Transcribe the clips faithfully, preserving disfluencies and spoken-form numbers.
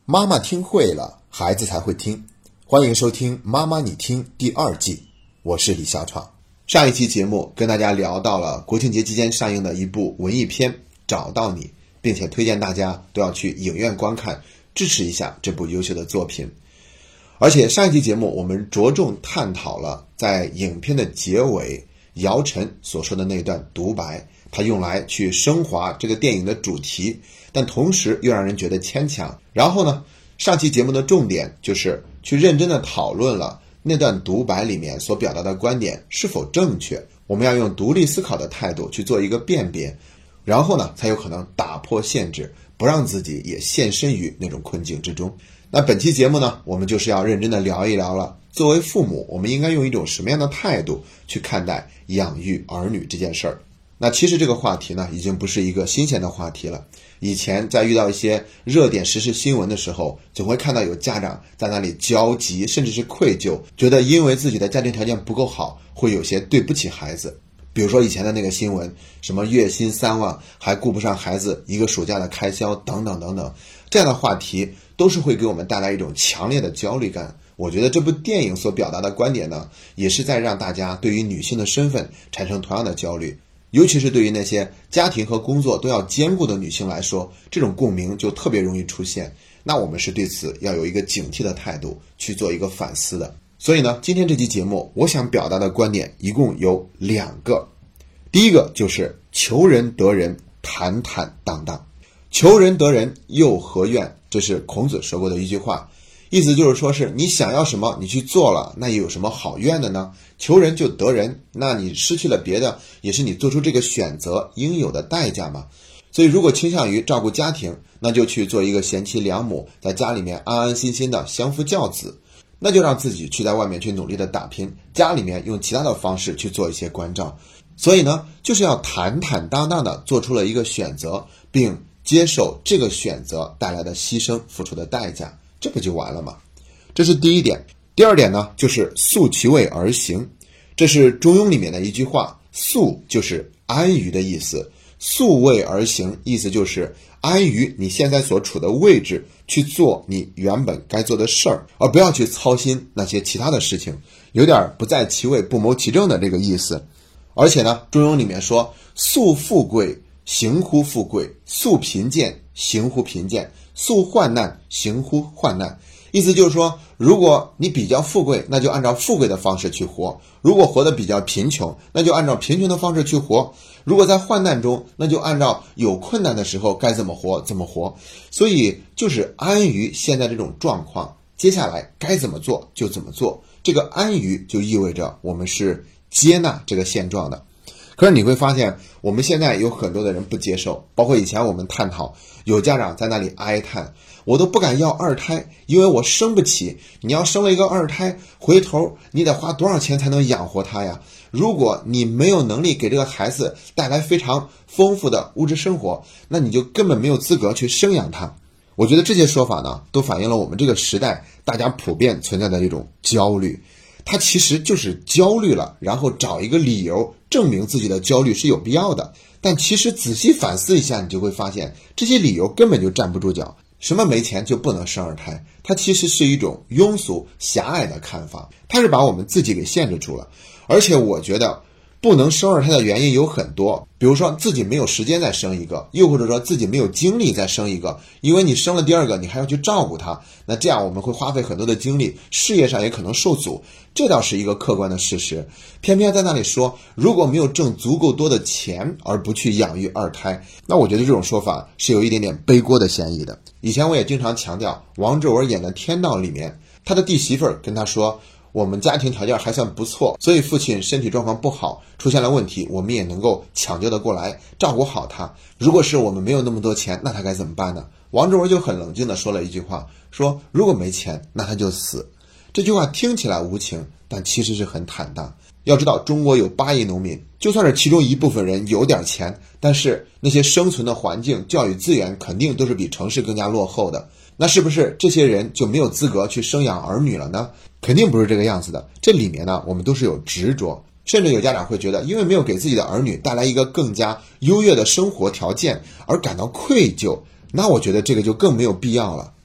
妈妈听会了，孩子才会听。欢迎收听妈妈你听第二季，我是李小闯。上一期节目跟大家聊到了国庆节期间上映的一部文艺片《找到你》，并且推荐大家都要去影院观看，支持一下这部优秀的作品。而且上一期节目我们着重探讨了在影片的结尾姚晨所说的那段独白，他用来去升华这个电影的主题，但同时又让人觉得牵强。然后呢，上期节目的重点就是去认真的讨论了那段独白里面所表达的观点是否正确，我们要用独立思考的态度去做一个辨别，然后呢才有可能打破限制，不让自己也陷身于那种困境之中。那本期节目呢，我们就是要认真的聊一聊了，作为父母我们应该用一种什么样的态度去看待养育儿女这件事儿。那其实这个话题呢已经不是一个新鲜的话题了，以前在遇到一些热点时事新闻的时候，总会看到有家长在那里焦急甚至是愧疚，觉得因为自己的家庭条件不够好，会有些对不起孩子。比如说以前的那个新闻，什么月薪三万还顾不上孩子一个暑假的开销等等等等，这样的话题都是会给我们带来一种强烈的焦虑感。我觉得这部电影所表达的观点呢，也是在让大家对于女性的身份产生同样的焦虑，尤其是对于那些家庭和工作都要兼顾的女性来说，这种共鸣就特别容易出现。那我们是对此要有一个警惕的态度，去做一个反思的。所以呢，今天这期节目我想表达的观点一共有两个。第一个就是求人得人，坦坦荡荡。求人得人，又何怨？这是孔子说过的一句话，意思就是说是你想要什么你去做了，那又有什么好怨的呢？求人就得人，那你失去了别的，也是你做出这个选择应有的代价嘛。所以如果倾向于照顾家庭，那就去做一个贤妻良母，在家里面安安心心的相夫教子，那就让自己去在外面去努力的打拼，家里面用其他的方式去做一些关照。所以呢，就是要坦坦荡荡的做出了一个选择，并接受这个选择带来的牺牲付出的代价，这不就完了吗？这是第一点。第二点呢，就是素其位而行。这是中庸里面的一句话，素就是安于的意思，素位而行，意思就是安于你现在所处的位置，去做你原本该做的事儿，而不要去操心那些其他的事情，有点不在其位不谋其政的这个意思。而且呢，中庸里面说，素富贵行乎富贵，素贫贱行乎贫贱，素患难行乎患难。意思就是说，如果你比较富贵，那就按照富贵的方式去活；如果活得比较贫穷，那就按照贫穷的方式去活；如果在患难中，那就按照有困难的时候该怎么活怎么活。所以就是安于现在这种状况，接下来该怎么做就怎么做。这个安于就意味着我们是接纳这个现状的。可是你会发现，我们现在有很多的人不接受，包括以前我们探讨，有家长在那里哀叹，我都不敢要二胎，因为我生不起。你要生了一个二胎，回头你得花多少钱才能养活他呀？如果你没有能力给这个孩子带来非常丰富的物质生活，那你就根本没有资格去生养他。我觉得这些说法呢，都反映了我们这个时代大家普遍存在的这种焦虑。他其实就是焦虑了，然后找一个理由证明自己的焦虑是有必要的。但其实仔细反思一下，你就会发现这些理由根本就站不住脚。什么没钱就不能生二胎，它其实是一种庸俗狭隘的看法，它是把我们自己给限制住了。而且我觉得不能生二胎的原因有很多，比如说自己没有时间再生一个，又或者说自己没有精力再生一个，因为你生了第二个你还要去照顾他，那这样我们会花费很多的精力，事业上也可能受阻，这倒是一个客观的事实。偏偏在那里说如果没有挣足够多的钱而不去养育二胎，那我觉得这种说法是有一点点背锅的嫌疑的。以前我也经常强调，王志文演的《天道》里面，他的弟媳妇儿跟他说，我们家庭条件还算不错，所以父亲身体状况不好，出现了问题，我们也能够抢救得过来，照顾好他。如果是我们没有那么多钱，那他该怎么办呢？王志文就很冷静地说了一句话，说如果没钱，那他就死。这句话听起来无情，但其实是很坦荡。要知道中国有八亿农民，就算是其中一部分人有点钱，但是那些生存的环境、教育资源肯定都是比城市更加落后的。那是不是这些人就没有资格去生养儿女了呢？肯定不是这个样子的。这里面呢，我们都是有执着，甚至有家长会觉得，因为没有给自己的儿女带来一个更加优越的生活条件而感到愧疚，那我觉得这个就更没有必要了。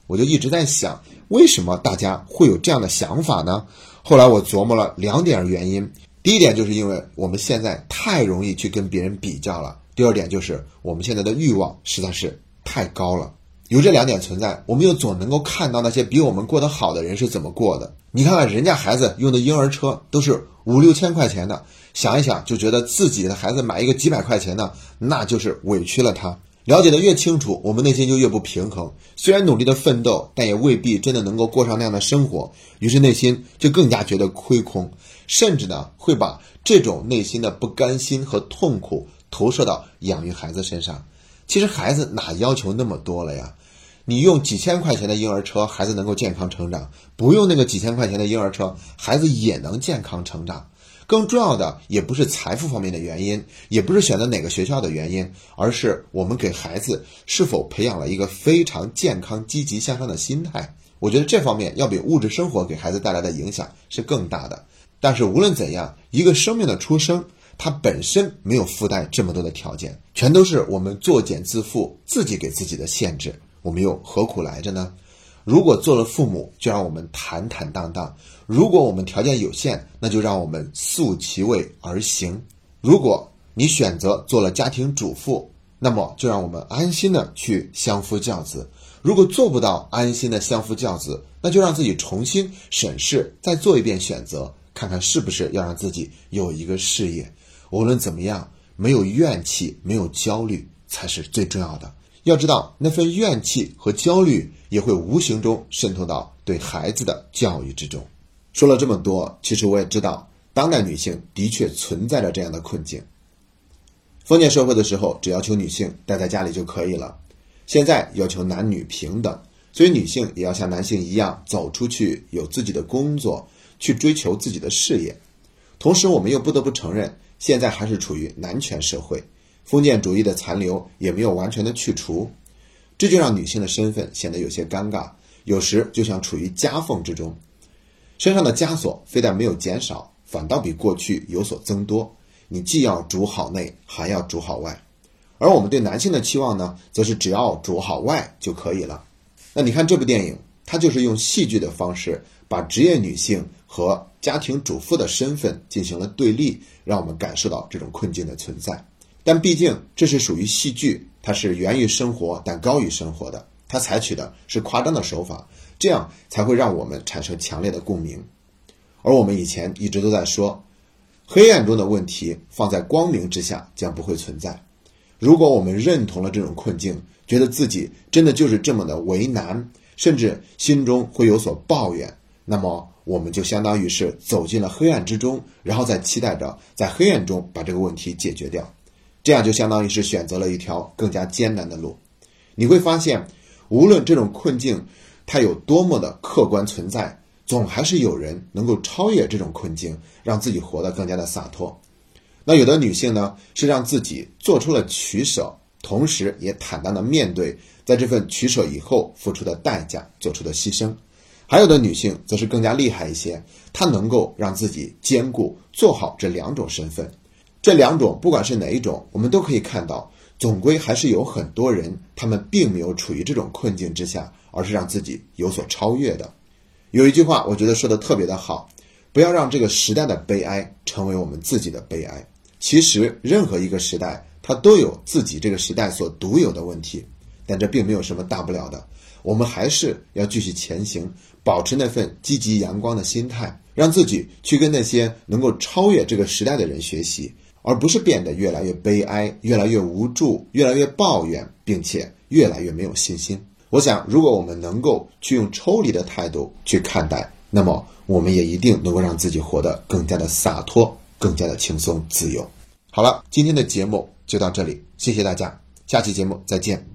我就一直在想，为什么大家会有这样的想法呢？后来我琢磨了两点原因。第一点就是因为我们现在太容易去跟别人比较了，第二点就是我们现在的欲望实在是太高了。有这两点存在，我们又总能够看到那些比我们过得好的人是怎么过的。你看看人家孩子用的婴儿车都是五六千块钱的，想一想就觉得自己的孩子买一个几百块钱的，那就是委屈了他。了解的越清楚，我们内心就越不平衡。虽然努力的奋斗，但也未必真的能够过上那样的生活，于是内心就更加觉得亏空，甚至呢会把这种内心的不甘心和痛苦投射到养育孩子身上。其实孩子哪要求那么多了呀？你用几千块钱的婴儿车，孩子能够健康成长；不用那个几千块钱的婴儿车，孩子也能健康成长。更重要的也不是财富方面的原因，也不是选择哪个学校的原因，而是我们给孩子是否培养了一个非常健康、积极向上的心态。我觉得这方面要比物质生活给孩子带来的影响是更大的。但是无论怎样，一个生命的出生，它本身没有附带这么多的条件，全都是我们作茧自缚，自己给自己的限制，我们又何苦来着呢？如果做了父母，就让我们坦坦荡荡；如果我们条件有限，那就让我们素其位而行。如果你选择做了家庭主妇，那么就让我们安心的去相夫教子。如果做不到安心的相夫教子，那就让自己重新审视，再做一遍选择，看看是不是要让自己有一个事业。无论怎么样，没有怨气，没有焦虑才是最重要的。要知道，那份怨气和焦虑也会无形中渗透到对孩子的教育之中。说了这么多，其实我也知道，当代女性的确存在着这样的困境。封建社会的时候，只要求女性待在家里就可以了。现在要求男女平等，所以女性也要像男性一样走出去，有自己的工作，去追求自己的事业。同时，我们又不得不承认，现在还是处于男权社会。封建主义的残留也没有完全的去除，这就让女性的身份显得有些尴尬，有时就像处于夹缝之中。身上的枷锁非但没有减少，反倒比过去有所增多。你既要主好内，还要主好外。而我们对男性的期望呢，则是只要主好外就可以了。那你看这部电影，它就是用戏剧的方式，把职业女性和家庭主妇的身份进行了对立，让我们感受到这种困境的存在。但毕竟这是属于戏剧，它是源于生活但高于生活的，它采取的是夸张的手法，这样才会让我们产生强烈的共鸣。而我们以前一直都在说，黑暗中的问题放在光明之下将不会存在。如果我们认同了这种困境，觉得自己真的就是这么的为难，甚至心中会有所抱怨，那么我们就相当于是走进了黑暗之中，然后再期待着在黑暗中把这个问题解决掉。这样就相当于是选择了一条更加艰难的路。你会发现，无论这种困境它有多么的客观存在，总还是有人能够超越这种困境，让自己活得更加的洒脱。那有的女性呢，是让自己做出了取舍，同时也坦荡的面对在这份取舍以后付出的代价，做出的牺牲。还有的女性则是更加厉害一些，她能够让自己兼顾做好这两种身份。这两种不管是哪一种，我们都可以看到，总归还是有很多人，他们并没有处于这种困境之下，而是让自己有所超越的。有一句话我觉得说的特别的好，不要让这个时代的悲哀成为我们自己的悲哀。其实任何一个时代，它都有自己这个时代所独有的问题，但这并没有什么大不了的。我们还是要继续前行，保持那份积极阳光的心态，让自己去跟那些能够超越这个时代的人学习，而不是变得越来越悲哀，越来越无助，越来越抱怨，并且越来越没有信心。我想如果我们能够去用抽离的态度去看待，那么我们也一定能够让自己活得更加的洒脱，更加的轻松自由。好了，今天的节目就到这里，谢谢大家，下期节目再见。